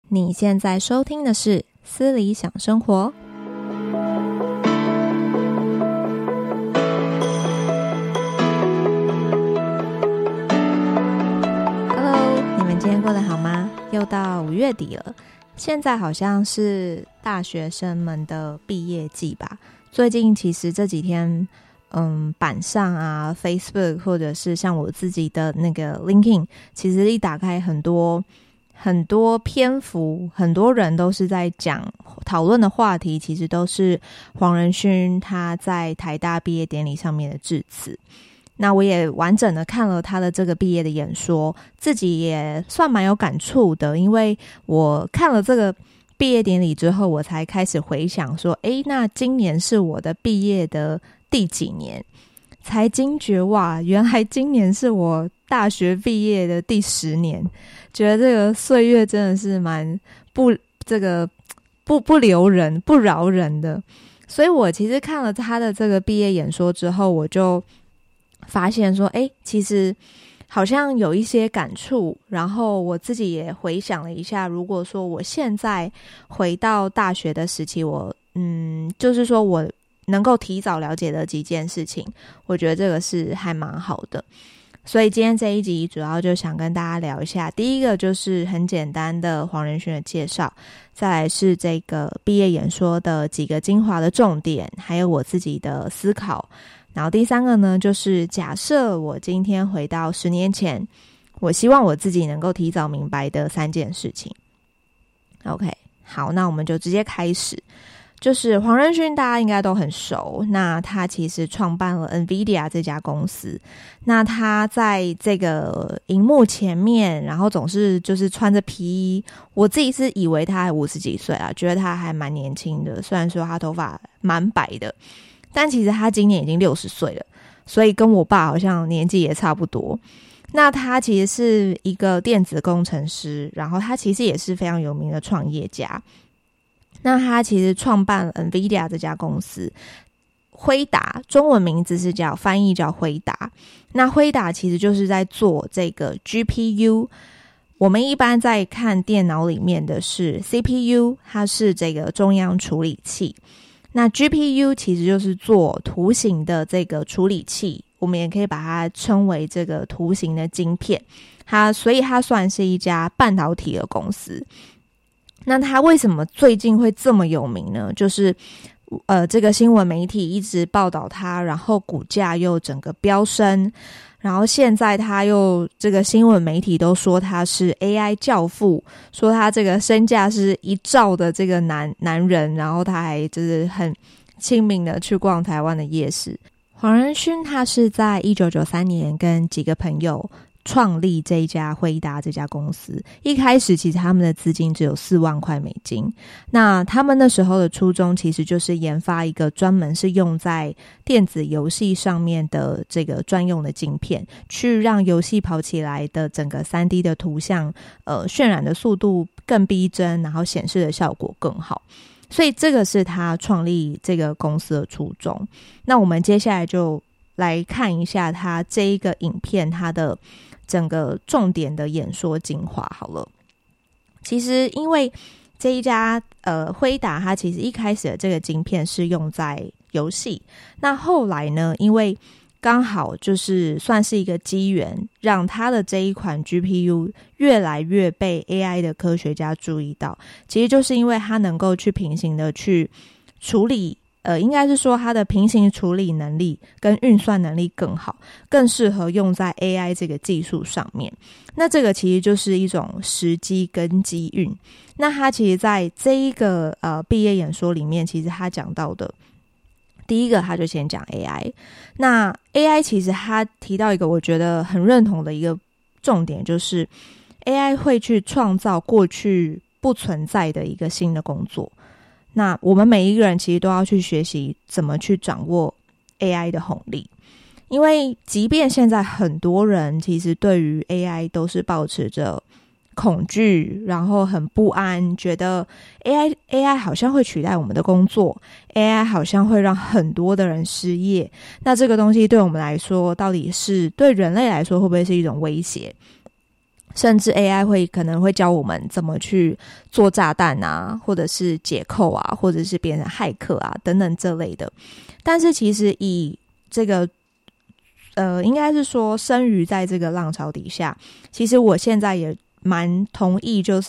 你现在收听的是思理想生活。Hello， 你们今天过得好吗？又到5月底了，现在好像是大学生们的毕业季吧。最近其实这几天板上啊 Facebook 或者是像我自己的那个 LinkedIn， 其实一打开很多篇幅，很多人都是在讨论的话题，其实都是黄仁勋他在台大毕业典礼上面的致辞。那我也完整的看了他的这个毕业的演说，自己也算蛮有感触的，因为我看了这个毕业典礼之后，我才开始回想说，那今年是我的毕业的第几年，才惊觉哇，原来今年是我大学毕业的第10年，觉得这个岁月真的是蛮不留人不饶人的。所以我其实看了他的这个毕业演说之后，我就发现说其实好像有一些感触，然后我自己也回想了一下，如果说我现在回到大学的时期，我就是说我能够提早了解的几件事情，我觉得这个是还蛮好的。所以今天这一集主要就想跟大家聊一下，第一个就是很简单的黄仁勋的介绍，再来是这个毕业演说的几个精华的重点，还有我自己的思考。然后第三个呢，就是假设我今天回到10年前，我希望我自己能够提早明白的3件事情。 OK， 好，那我们就直接开始。就是黄仁勋大家应该都很熟，那他其实创办了 NVIDIA 这家公司。那他在这个荧幕前面，然后总是就是穿着皮衣，我自己是以为他还50几岁啊，觉得他还蛮年轻的，虽然说他头发蛮白的，但其实他今年已经60岁了，所以跟我爸好像年纪也差不多。那他其实是一个电子工程师，然后他其实也是非常有名的创业家。那他其实创办了 NVIDIA 这家公司，辉达中文名字是翻译叫辉达。那辉达其实就是在做这个 GPU， 我们一般在看电脑里面的是 CPU， 它是这个中央处理器。那 GPU 其实就是做图形的这个处理器，我们也可以把它称为这个图形的晶片。所以它算是一家半导体的公司。那他为什么最近会这么有名呢？就是这个新闻媒体一直报道他，然后股价又整个飙升，然后现在他又这个新闻媒体都说他是 AI 教父，说他这个身价是1兆的这个男人，然后他还就是很亲民的去逛台湾的夜市。黄仁勋他是在1993年跟几个朋友创立这一家辉达这家公司。一开始其实他们的资金只有4万块美金，那他们那时候的初衷其实就是研发一个专门是用在电子游戏上面的这个专用的晶片，去让游戏跑起来的整个 3D 的图像渲染的速度更逼真，然后显示的效果更好。所以这个是他创立这个公司的初衷。那我们接下来就来看一下他这一个影片他的整个重点的演说精华好了。其实因为这一家辉达它其实一开始的这个晶片是用在游戏，那后来呢，因为刚好就是算是一个机缘，让他的这一款 GPU 越来越被 AI 的科学家注意到，其实就是因为它能够去平行的去处理应该是说它的平行处理能力跟运算能力更好，更适合用在 AI 这个技术上面。那这个其实就是一种时机跟机运。那他其实在这一个毕业演说里面，其实他讲到的第一个，他就先讲 AI。那 AI 其实他提到一个我觉得很认同的一个重点，就是 AI 会去创造过去不存在的一个新的工作。那我们每一个人其实都要去学习怎么去掌握 AI 的红利，因为即便现在很多人其实对于 AI 都是抱持着恐惧，然后很不安，觉得 AI 好像会取代我们的工作， AI 好像会让很多的人失业。那这个东西对我们来说，到底是对人类来说会不会是一种威胁？ 甚至 AI 可能会教我们怎么去做炸弹啊，或者是解扣啊，或者是变成骇客啊等等这类的。但是其实以这个应该是说生于在这个浪潮底下，其实我现在也蛮同意，就是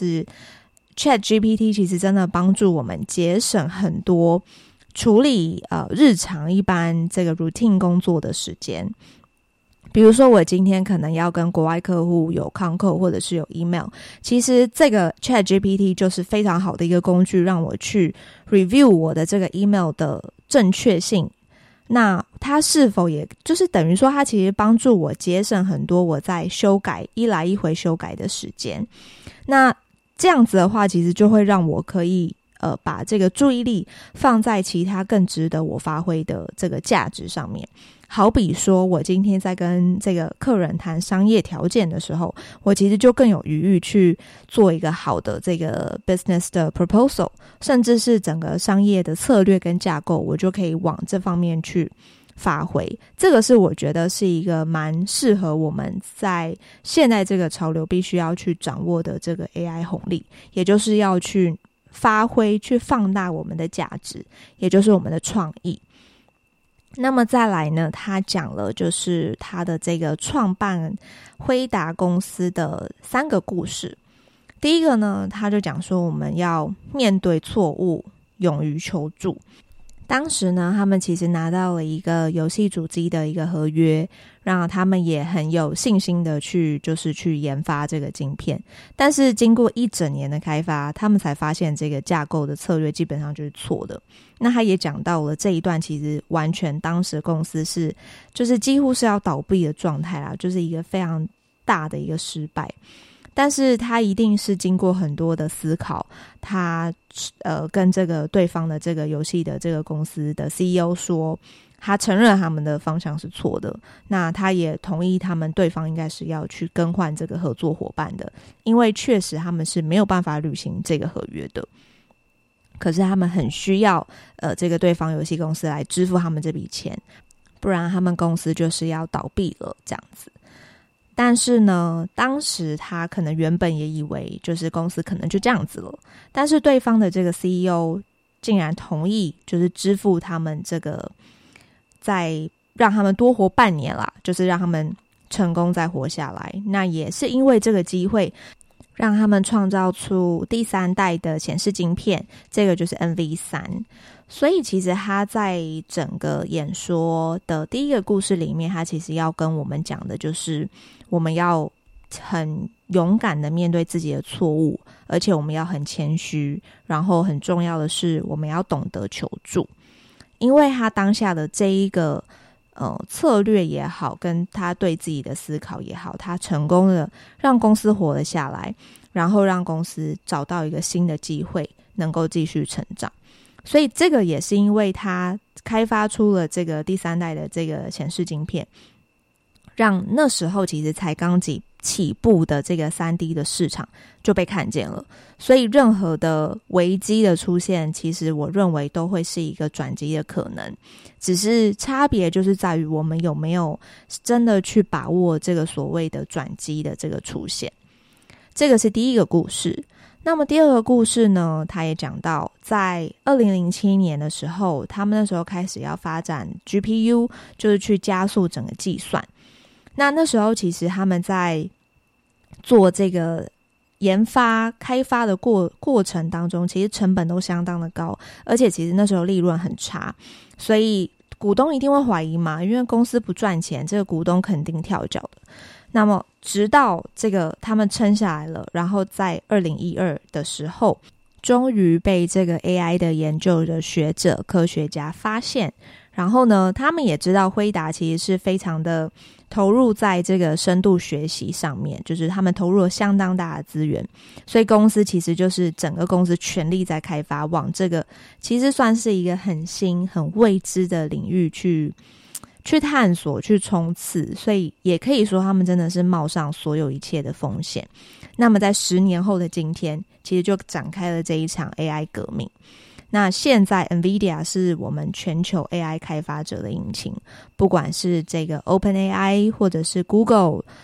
ChatGPT 其实真的帮助我们节省很多处理日常一般这个 routine 工作的时间。比如说我今天可能要跟国外客户有 concall 或者是有 email， 其实这个 ChatGPT 就是非常好的一个工具，让我去 review 我的这个 email 的正确性。那它是否也就是等于说它其实帮助我节省很多我在修改一来一回修改的时间。那这样子的话其实就会让我可以把这个注意力放在其他更值得我发挥的这个价值上面。好比说我今天在跟这个客人谈商业条件的时候，我其实就更有余裕去做一个好的这个 business 的 proposal， 甚至是整个商业的策略跟架构，我就可以往这方面去发挥。这个是我觉得是一个蛮适合我们在现在这个潮流必须要去掌握的这个 AI 红利，也就是要去发挥去放大我们的价值，也就是我们的创意。那么再来呢，他讲了就是他的这个创办辉达公司的3个故事。第一个呢，他就讲说我们要面对错误，勇于求助。当时呢，他们其实拿到了一个游戏主机的一个合约，让他们也很有信心的去研发这个晶片。但是经过1整年的开发，他们才发现这个架构的策略基本上就是错的。那他也讲到了这一段其实完全当时公司是就是几乎是要倒闭的状态啦，就是一个非常大的一个失败。但是他一定是经过很多的思考，他跟这个对方的这个游戏的这个公司的 CEO 说，他承认他们的方向是错的，那他也同意他们对方应该是要去更换这个合作伙伴的，因为确实他们是没有办法履行这个合约的。可是他们很需要这个对方游戏公司来支付他们这笔钱，不然他们公司就是要倒闭了这样子。但是呢，当时他可能原本也以为就是公司可能就这样子了，但是对方的这个 CEO 竟然同意就是支付他们这个再让他们多活半年啦，就是让他们成功再活下来。那也是因为这个机会让他们创造出第3代的显示晶片，这个就是 NV3。所以其实他在整个演说的第一个故事里面，他其实要跟我们讲的就是我们要很勇敢的面对自己的错误，而且我们要很谦虚，然后很重要的是我们要懂得求助。因为他当下的这一个策略也好，跟他对自己的思考也好，他成功的让公司活了下来，然后让公司找到一个新的机会能够继续成长。所以这个也是因为他开发出了这个第3代的这个显示晶片，让那时候其实才刚起步的这个 3D 的市场就被看见了。所以任何的危机的出现，其实我认为都会是一个转机的可能，只是差别就是在于我们有没有真的去把握这个所谓的转机的这个出现。这个是第一个故事。那么第二个故事呢，他也讲到在2007年的时候，他们那时候开始要发展 GPU， 就是去加速整个计算。那时候其实他们在做这个研发开发的过程当中，其实成本都相当的高，而且其实那时候利润很差，所以股东一定会怀疑嘛，因为公司不赚钱，这个股东肯定跳脚的。那么直到这个他们撑下来了，然后在2012的时候，终于被这个 AI 的研究的学者科学家发现，然后呢他们也知道辉达其实是非常的投入在这个深度学习上面，就是他们投入了相当大的资源，所以公司其实就是整个公司全力在开发，往这个其实算是一个很新很未知的领域去探索去冲刺，所以也可以说他们真的是冒上所有一切的风险。那么在10年后的今天，其实就展开了这一场 AI 革命。那现在 NVIDIA 是我们全球 AI 开发者的引擎，不管是这个 OpenAI 或者是 Google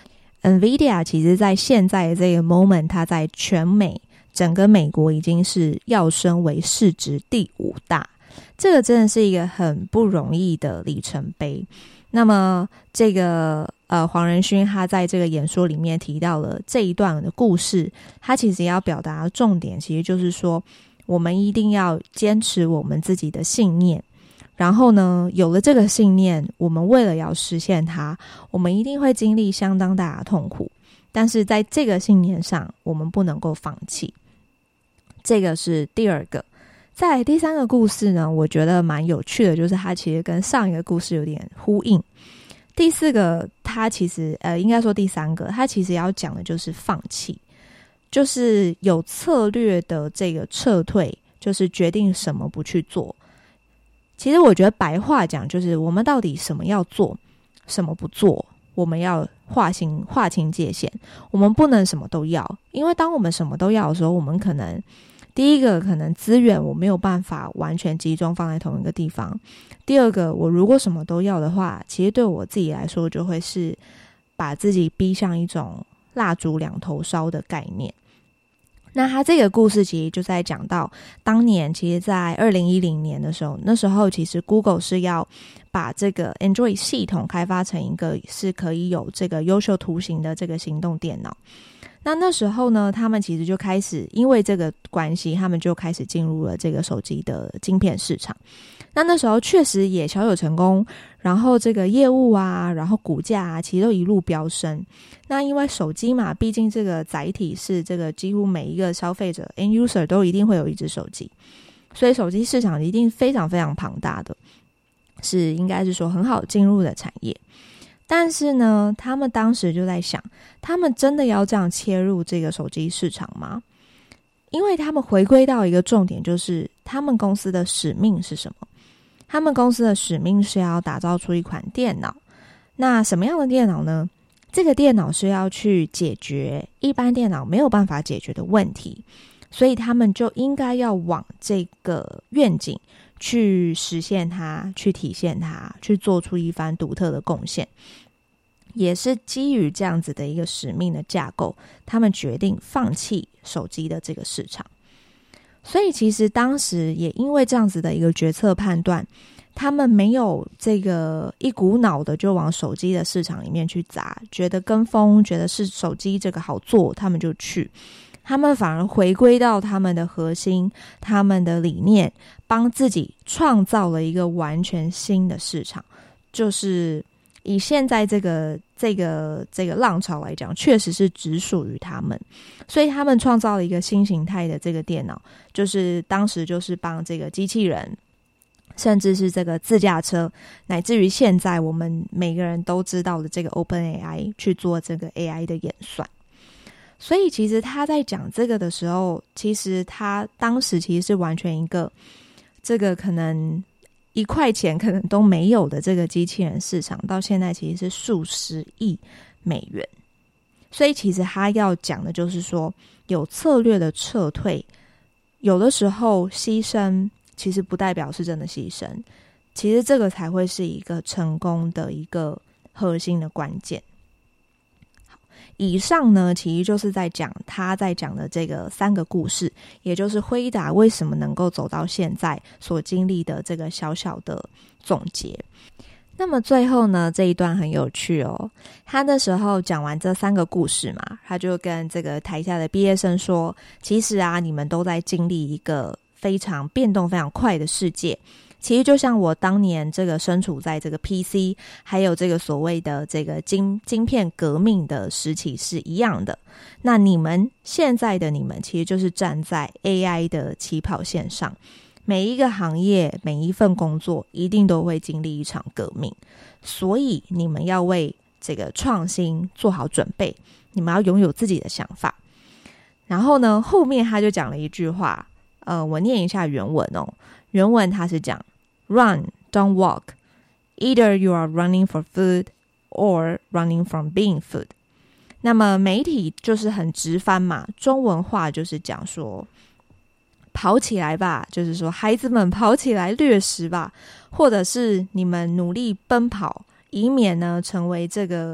NVIDIA 其实在现在的这个 moment， 它在全美整个美国已经是要升为市值第5大，这个真的是一个很不容易的里程碑。那么这个黄仁勋他在这个演说里面提到了这一段的故事，他其实要表达的重点其实就是说，我们一定要坚持我们自己的信念，然后呢，有了这个信念，我们为了要实现它，我们一定会经历相当大的痛苦，但是在这个信念上，我们不能够放弃。这个是第2个。再来第3个故事呢，我觉得蛮有趣的，就是它其实跟上一个故事有点呼应。第4个，它其实应该说第3个，它其实要讲的就是放弃，就是有策略的这个撤退，就是决定什么不去做。其实我觉得白话讲就是我们到底什么要做，什么不做，我们要划清界限，我们不能什么都要，因为当我们什么都要的时候，我们可能第一个可能资源我没有办法完全集中放在同一个地方，第二个我如果什么都要的话，其实对我自己来说就会是把自己逼向一种蜡烛两头烧的概念。那他这个故事其实就在讲到当年其实在2010年的时候，那时候其实 Google 是要把这个 Android 系统开发成一个是可以有这个优秀图形的这个行动电脑。那时候呢，他们其实就开始因为这个关系，他们就开始进入了这个手机的晶片市场。那时候确实也小有成功，然后这个业务啊，然后股价啊，其实都一路飙升。那因为手机嘛，毕竟这个载体是这个几乎每一个消费者 end user 都一定会有一只手机，所以手机市场一定非常非常庞大的，是应该是说很好进入的产业。但是呢，他们当时就在想，他们真的要这样切入这个手机市场吗？因为他们回归到一个重点，就是他们公司的使命是什么？他们公司的使命是要打造出一款电脑。那什么样的电脑呢？这个电脑是要去解决一般电脑没有办法解决的问题，所以他们就应该要往这个愿景去实现它，去体现它，去做出一番独特的贡献。也是基于这样子的一个使命的架构，他们决定放弃手机的这个市场。所以其实当时也因为这样子的一个决策判断，他们没有这个一股脑的就往手机的市场里面去砸，觉得跟风，觉得是手机这个好做，他们就去。他们反而回归到他们的核心，他们的理念，帮自己创造了一个完全新的市场。就是以现在这个浪潮来讲，确实是只属于他们，所以他们创造了一个新形态的这个电脑，就是当时就是帮这个机器人，甚至是这个自驾车，乃至于现在我们每个人都知道的这个 OpenAI 去做这个 AI 的演算。所以其实他在讲这个的时候，其实他当时其实是完全一个这个可能1块钱可能都没有的这个机器人市场，到现在其实是数十亿美元。所以其实他要讲的就是说，有策略的撤退，有的时候牺牲其实不代表是真的牺牲，其实这个才会是一个成功的一个核心的关键。以上呢，其实就是在讲他在讲的这个3个故事，也就是辉达为什么能够走到现在所经历的这个小小的总结。那么最后呢，这一段很有趣哦。他那时候讲完这3个故事嘛，他就跟这个台下的毕业生说，其实啊，你们都在经历一个非常变动非常快的世界。其实就像我当年这个身处在这个 PC 还有这个所谓的这个晶片革命的时期是一样的。那你们现在的你们其实就是站在 AI 的起跑线上，每一个行业每一份工作一定都会经历一场革命，所以你们要为这个创新做好准备，你们要拥有自己的想法。然后呢，后面他就讲了一句话，我念一下原文哦。原文他是讲 Run, don't walk. Either you are running for food or running from being food. 那么媒体就是很直翻嘛，中文话就是讲说跑起来吧，就是说孩子们跑起来掠食吧，或者是你们努力奔跑，以免呢成为这个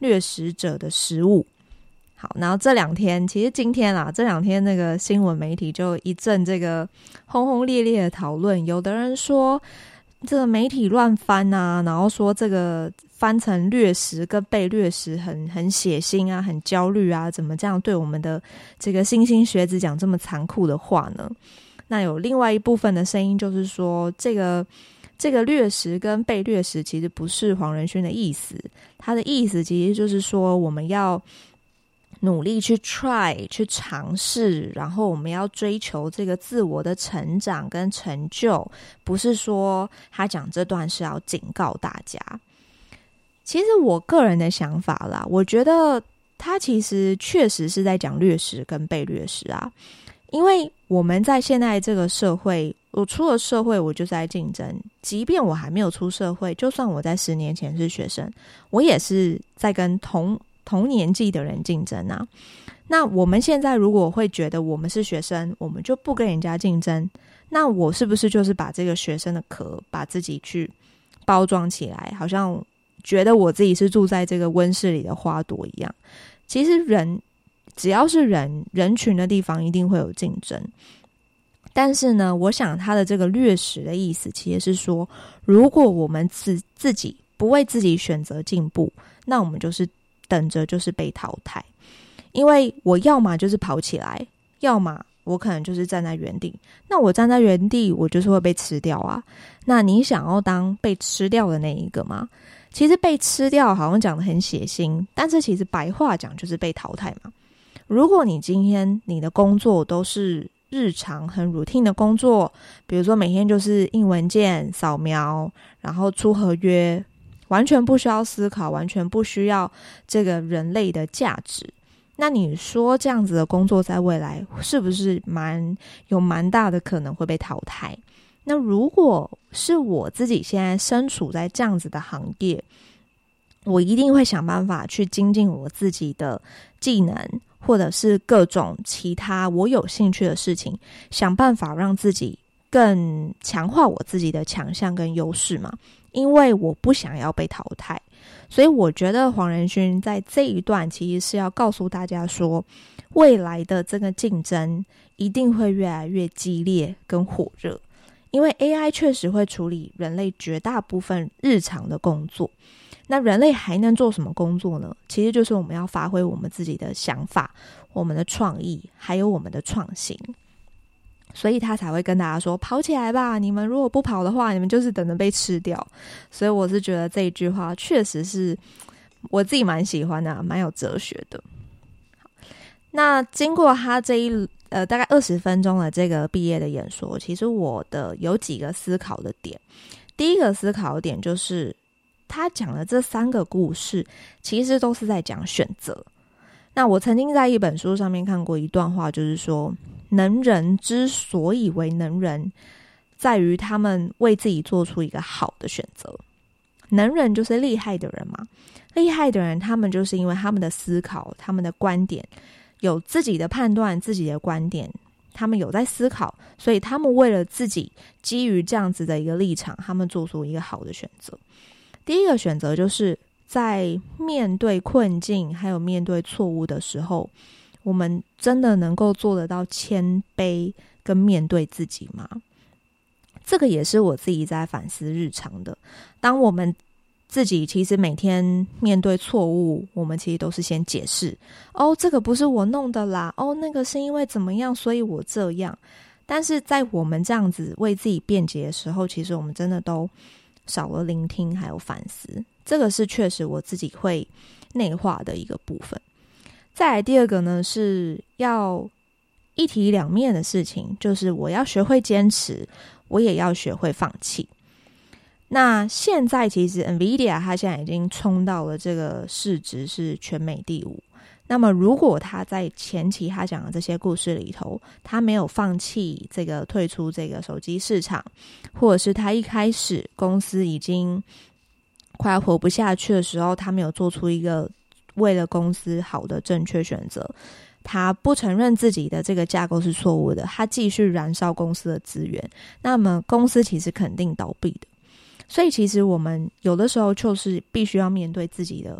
掠食者的食物。好，然后这两天，其实今天啦，这两天那个新闻媒体就一阵这个轰轰烈烈的讨论，有的人说这个媒体乱翻啊，然后说这个翻成掠食跟被掠食很血腥啊，很焦虑啊，怎么这样对我们的这个莘莘学子讲这么残酷的话呢？那有另外一部分的声音就是说，这个掠食跟被掠食其实不是黄仁勋的意思，他的意思其实就是说我们要努力去 try 去尝试，然后我们要追求这个自我的成长跟成就，不是说他讲这段是要警告大家。其实我个人的想法啦，我觉得他其实确实是在讲掠食跟被掠食啊，因为我们在现在这个社会，我出了社会我就在竞争，即便我还没有出社会，就算我在10年前是学生，我也是在跟同年纪的人竞争啊。那我们现在如果会觉得我们是学生，我们就不跟人家竞争，那我是不是就是把这个学生的壳把自己去包装起来，好像觉得我自己是住在这个温室里的花朵一样？其实只要是人群的地方一定会有竞争，但是呢，我想他的这个掠食的意思其实是说，如果我们自己不为自己选择进步，那我们就是等着就是被淘汰。因为我要么就是跑起来，要么我可能就是站在原地，那我站在原地我就是会被吃掉啊。那你想要当被吃掉的那一个吗？其实被吃掉好像讲得很血腥，但是其实白话讲就是被淘汰嘛。如果你今天你的工作都是日常很 routine 的工作，比如说每天就是印文件、扫描，然后出合约，完全不需要思考，完全不需要这个人类的价值，那你说这样子的工作在未来是不是有蛮大的可能会被淘汰？那如果是我自己现在身处在这样子的行业，我一定会想办法去精进我自己的技能，或者是各种其他我有兴趣的事情，想办法让自己更强化我自己的强项跟优势嘛。因为我不想要被淘汰，所以我觉得黄仁勋在这一段其实是要告诉大家说，未来的这个竞争一定会越来越激烈跟火热，因为 AI 确实会处理人类绝大部分日常的工作。那人类还能做什么工作呢？其实就是我们要发挥我们自己的想法，我们的创意，还有我们的创新。所以他才会跟大家说，跑起来吧，你们如果不跑的话，你们就是等着被吃掉。所以我是觉得这一句话确实是我自己蛮喜欢的，蛮有哲学的。那经过他这大概20分钟的这个毕业的演说，其实我有几个思考的点。第一个思考点就是他讲的这3个故事其实都是在讲选择。那我曾经在一本书上面看过一段话，就是说能人之所以为能人，在于他们为自己做出一个好的选择。能人就是厉害的人嘛，厉害的人他们就是因为他们的思考，他们的观点，有自己的判断，自己的观点，他们有在思考，所以他们为了自己基于这样子的一个立场，他们做出一个好的选择。第一个选择就是在面对困境还有面对错误的时候，我们真的能够做得到谦卑跟面对自己吗？这个也是我自己在反思日常的。当我们自己其实每天面对错误，我们其实都是先解释，这个不是我弄的啦，那个是因为怎么样，所以我这样。但是在我们这样子为自己辩解的时候，其实我们真的都少了聆听还有反思，这个是确实我自己会内化的一个部分。再来第二个呢，是要一体两面的事情，就是我要学会坚持，我也要学会放弃。那现在其实 NVIDIA 它现在已经冲到了这个市值是全美第5，那么如果他在前期他讲的这些故事里头，他没有放弃这个退出这个手机市场，或者是他一开始公司已经快要活不下去的时候，他没有做出一个为了公司好的正确选择，他不承认自己的这个架构是错误的，他继续燃烧公司的资源，那么公司其实肯定倒闭的。所以其实我们有的时候就是必须要面对自己的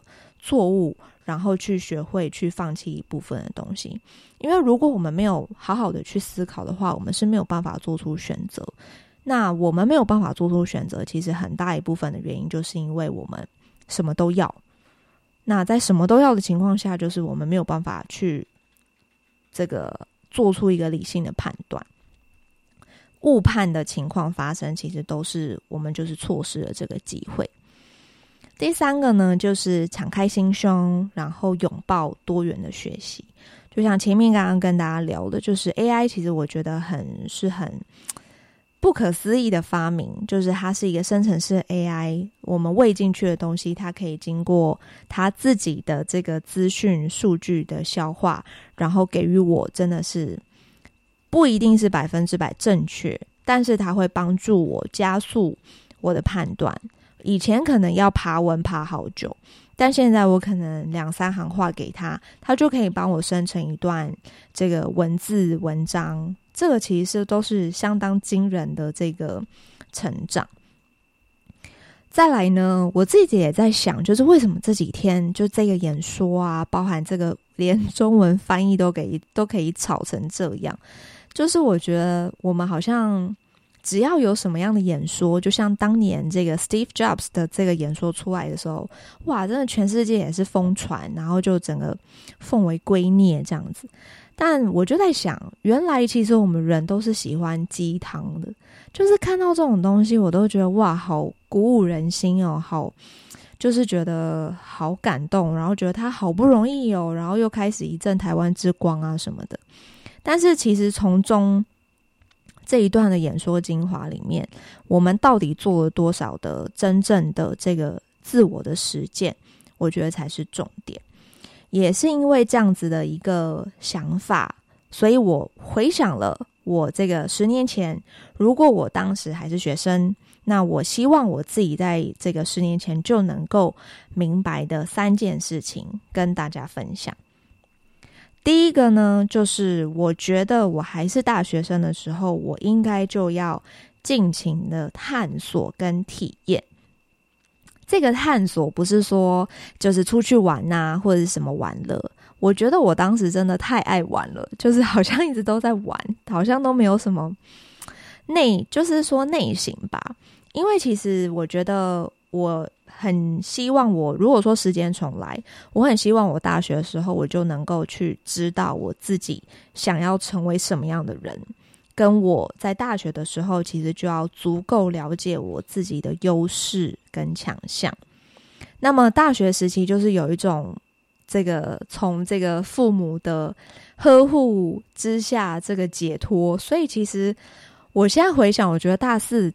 错误，然后去学会去放弃一部分的东西。因为如果我们没有好好的去思考的话，我们是没有办法做出选择。那我们没有办法做出选择，其实很大一部分的原因就是因为我们什么都要。那在什么都要的情况下，就是我们没有办法去这个做出一个理性的判断。误判的情况发生，其实都是我们就是错失了这个机会。第三个呢，就是敞开心胸，然后拥抱多元的学习。就像前面刚刚跟大家聊的，就是 AI 其实我觉得很不可思议的发明，就是它是一个生成式 AI， 我们喂进去的东西，它可以经过它自己的这个资讯数据的消化，然后给予我真的是不一定是100%正确，但是它会帮助我加速我的判断。以前可能要爬文爬好久，但现在我可能2-3行话给他，他就可以帮我生成一段这个文字文章。这个其实都是相当惊人的这个成长。再来呢，我自己也在想，就是为什么这几天就这个演说啊，包含这个连中文翻译都可以吵成这样。就是我觉得我们好像只要有什么样的演说，就像当年这个 Steve Jobs 的这个演说出来的时候，哇，真的全世界也是疯传，然后就整个奉为圭臬这样子。但我就在想，原来其实我们人都是喜欢鸡汤的，就是看到这种东西我都觉得哇，好鼓舞人心哦，好就是觉得好感动，然后觉得他好不容易哦，然后又开始一阵台湾之光啊什么的。但是其实从中这一段的演说精华里面，我们到底做了多少的真正的这个自我的实践，我觉得才是重点。也是因为这样子的一个想法，所以我回想了我这个10年前，如果我当时还是学生，那我希望我自己在这个10年前就能够明白的3件事情跟大家分享。第一个呢，就是我觉得我还是大学生的时候，我应该就要尽情的探索跟体验。这个探索不是说就是出去玩啊，或者是什么玩乐。我觉得我当时真的太爱玩了，就是好像一直都在玩，好像都没有什么就是说内省吧。因为其实我觉得我很希望如果说时间重来，我很希望我大学的时候我就能够去知道我自己想要成为什么样的人，跟我在大学的时候其实就要足够了解我自己的优势跟强项。那么大学时期就是有一种这个从这个父母的呵护之下这个解脱，所以其实我现在回想，我觉得大学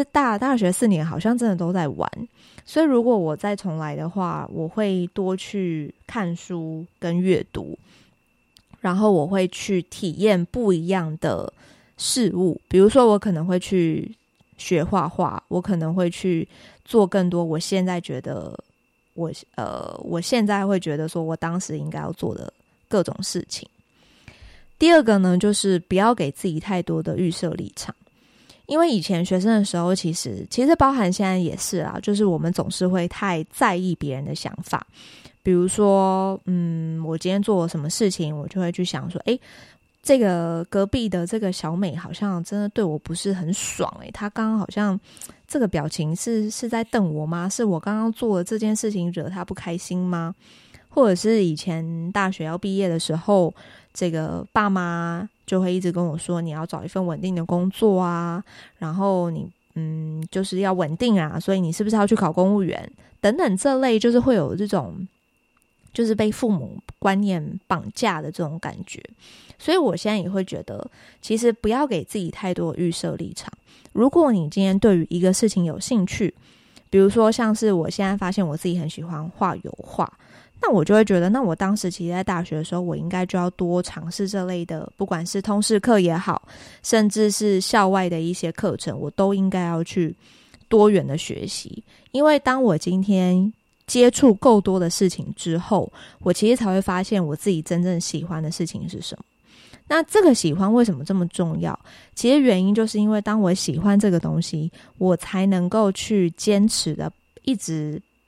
4年好像真的都在玩。所以如果我再重来的话，我会多去看书跟阅读，然后我会去体验不一样的事物。比如说我可能会去学画画，我可能会去做更多我现在觉得我现在会觉得说我当时应该要做的各种事情。第二个呢，就是不要给自己太多的预设立场。因为以前学生的时候，其实包含现在也是啊，就是我们总是会太在意别人的想法。比如说我今天做了什么事情，我就会去想说这个隔壁的这个小美好像真的对我不是很爽她刚刚好像这个表情是在瞪我吗？是我刚刚做的这件事情惹她不开心吗？或者是以前大学要毕业的时候，这个爸妈就会一直跟我说你要找一份稳定的工作啊，然后你就是要稳定啊，所以你是不是要去考公务员等等，这类就是会有这种就是被父母观念绑架的这种感觉。所以我现在也会觉得，其实不要给自己太多的预设立场。如果你今天对于一个事情有兴趣，比如说像是我现在发现我自己很喜欢画油画，那我就会觉得，那我当时其实在大学的时候，我应该就要多尝试这类的，不管是通识课也好，甚至是校外的一些课程，我都应该要去多元的学习。因为当我今天接触够多的事情之后，我其实才会发现我自己真正喜欢的事情是什么。那这个喜欢为什么这么重要？其实原因就是因为当我喜欢这个东西，我才能够去坚持的一直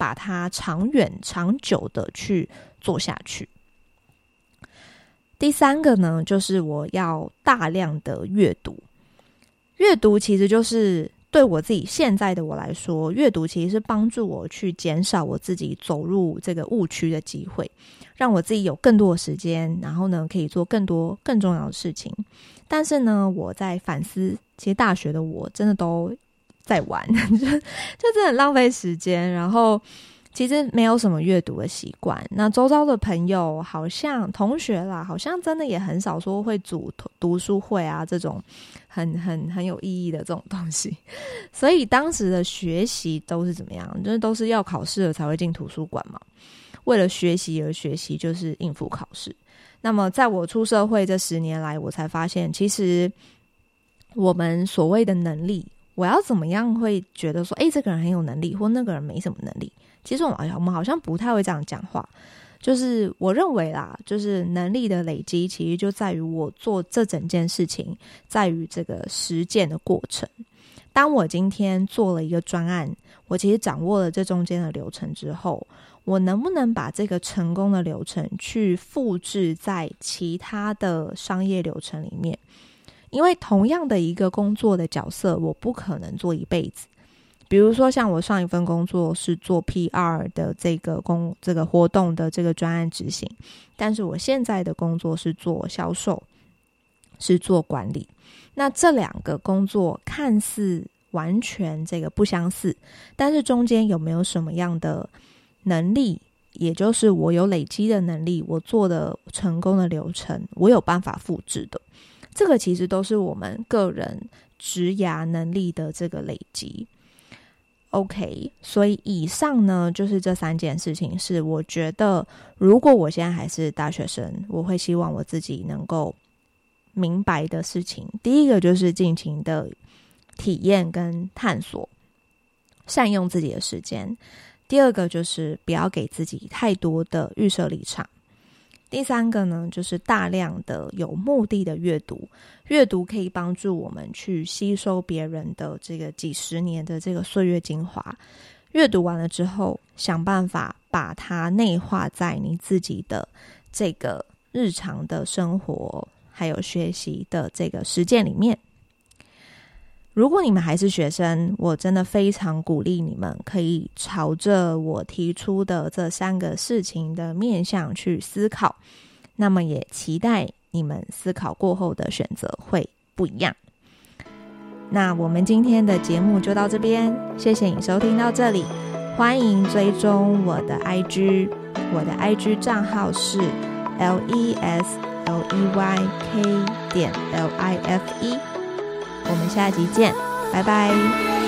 把它长远长久的去做下去。第三个呢，就是我要大量的阅读。阅读其实就是对我自己现在的我来说，阅读其实是帮助我去减少我自己走入这个误区的机会，让我自己有更多的时间，然后呢可以做更多更重要的事情。但是呢，我在反思，其实大学的我真的都在玩就真的很浪费时间，然后其实没有什么阅读的习惯。那周遭的朋友好像同学啦，好像真的也很少说会组读书会啊，这种很有意义的这种东西。所以当时的学习都是怎么样，就是都是要考试了才会进图书馆嘛，为了学习而学习，就是应付考试。那么在我出社会这10年来，我才发现其实我们所谓的能力，我要怎么样会觉得说这个人很有能力，或那个人没什么能力，其实我们好像不太会这样讲话。就是我认为啦，就是能力的累积其实就在于我做这整件事情，在于这个实践的过程。当我今天做了一个专案，我其实掌握了这中间的流程之后，我能不能把这个成功的流程去复制在其他的商业流程里面？因为同样的一个工作的角色，我不可能做一辈子。比如说像我上一份工作是做 PR 的这个活动的这个专案执行，但是我现在的工作是做销售，是做管理。那这两个工作看似完全这个不相似，但是中间有没有什么样的能力，也就是我有累积的能力，我做的成功的流程，我有办法复制的，这个其实都是我们个人职涯能力的这个累积。OK， 所以以上呢就是这3件事情，是我觉得如果我现在还是大学生，我会希望我自己能够明白的事情。第一个就是尽情的体验跟探索，善用自己的时间。第二个就是不要给自己太多的预设立场。第三个呢，就是大量的有目的的阅读。阅读可以帮助我们去吸收别人的这个几十年的这个岁月精华。阅读完了之后，想办法把它内化在你自己的这个日常的生活还有学习的这个实践里面。如果你们还是学生，我真的非常鼓励你们可以朝着我提出的这3个事情的面向去思考，那么也期待你们思考过后的选择会不一样。那我们今天的节目就到这边，谢谢你收听到这里，欢迎追踪我的 IG， 我的 IG 账号是 lesleyk.life， 我们下集见，拜拜。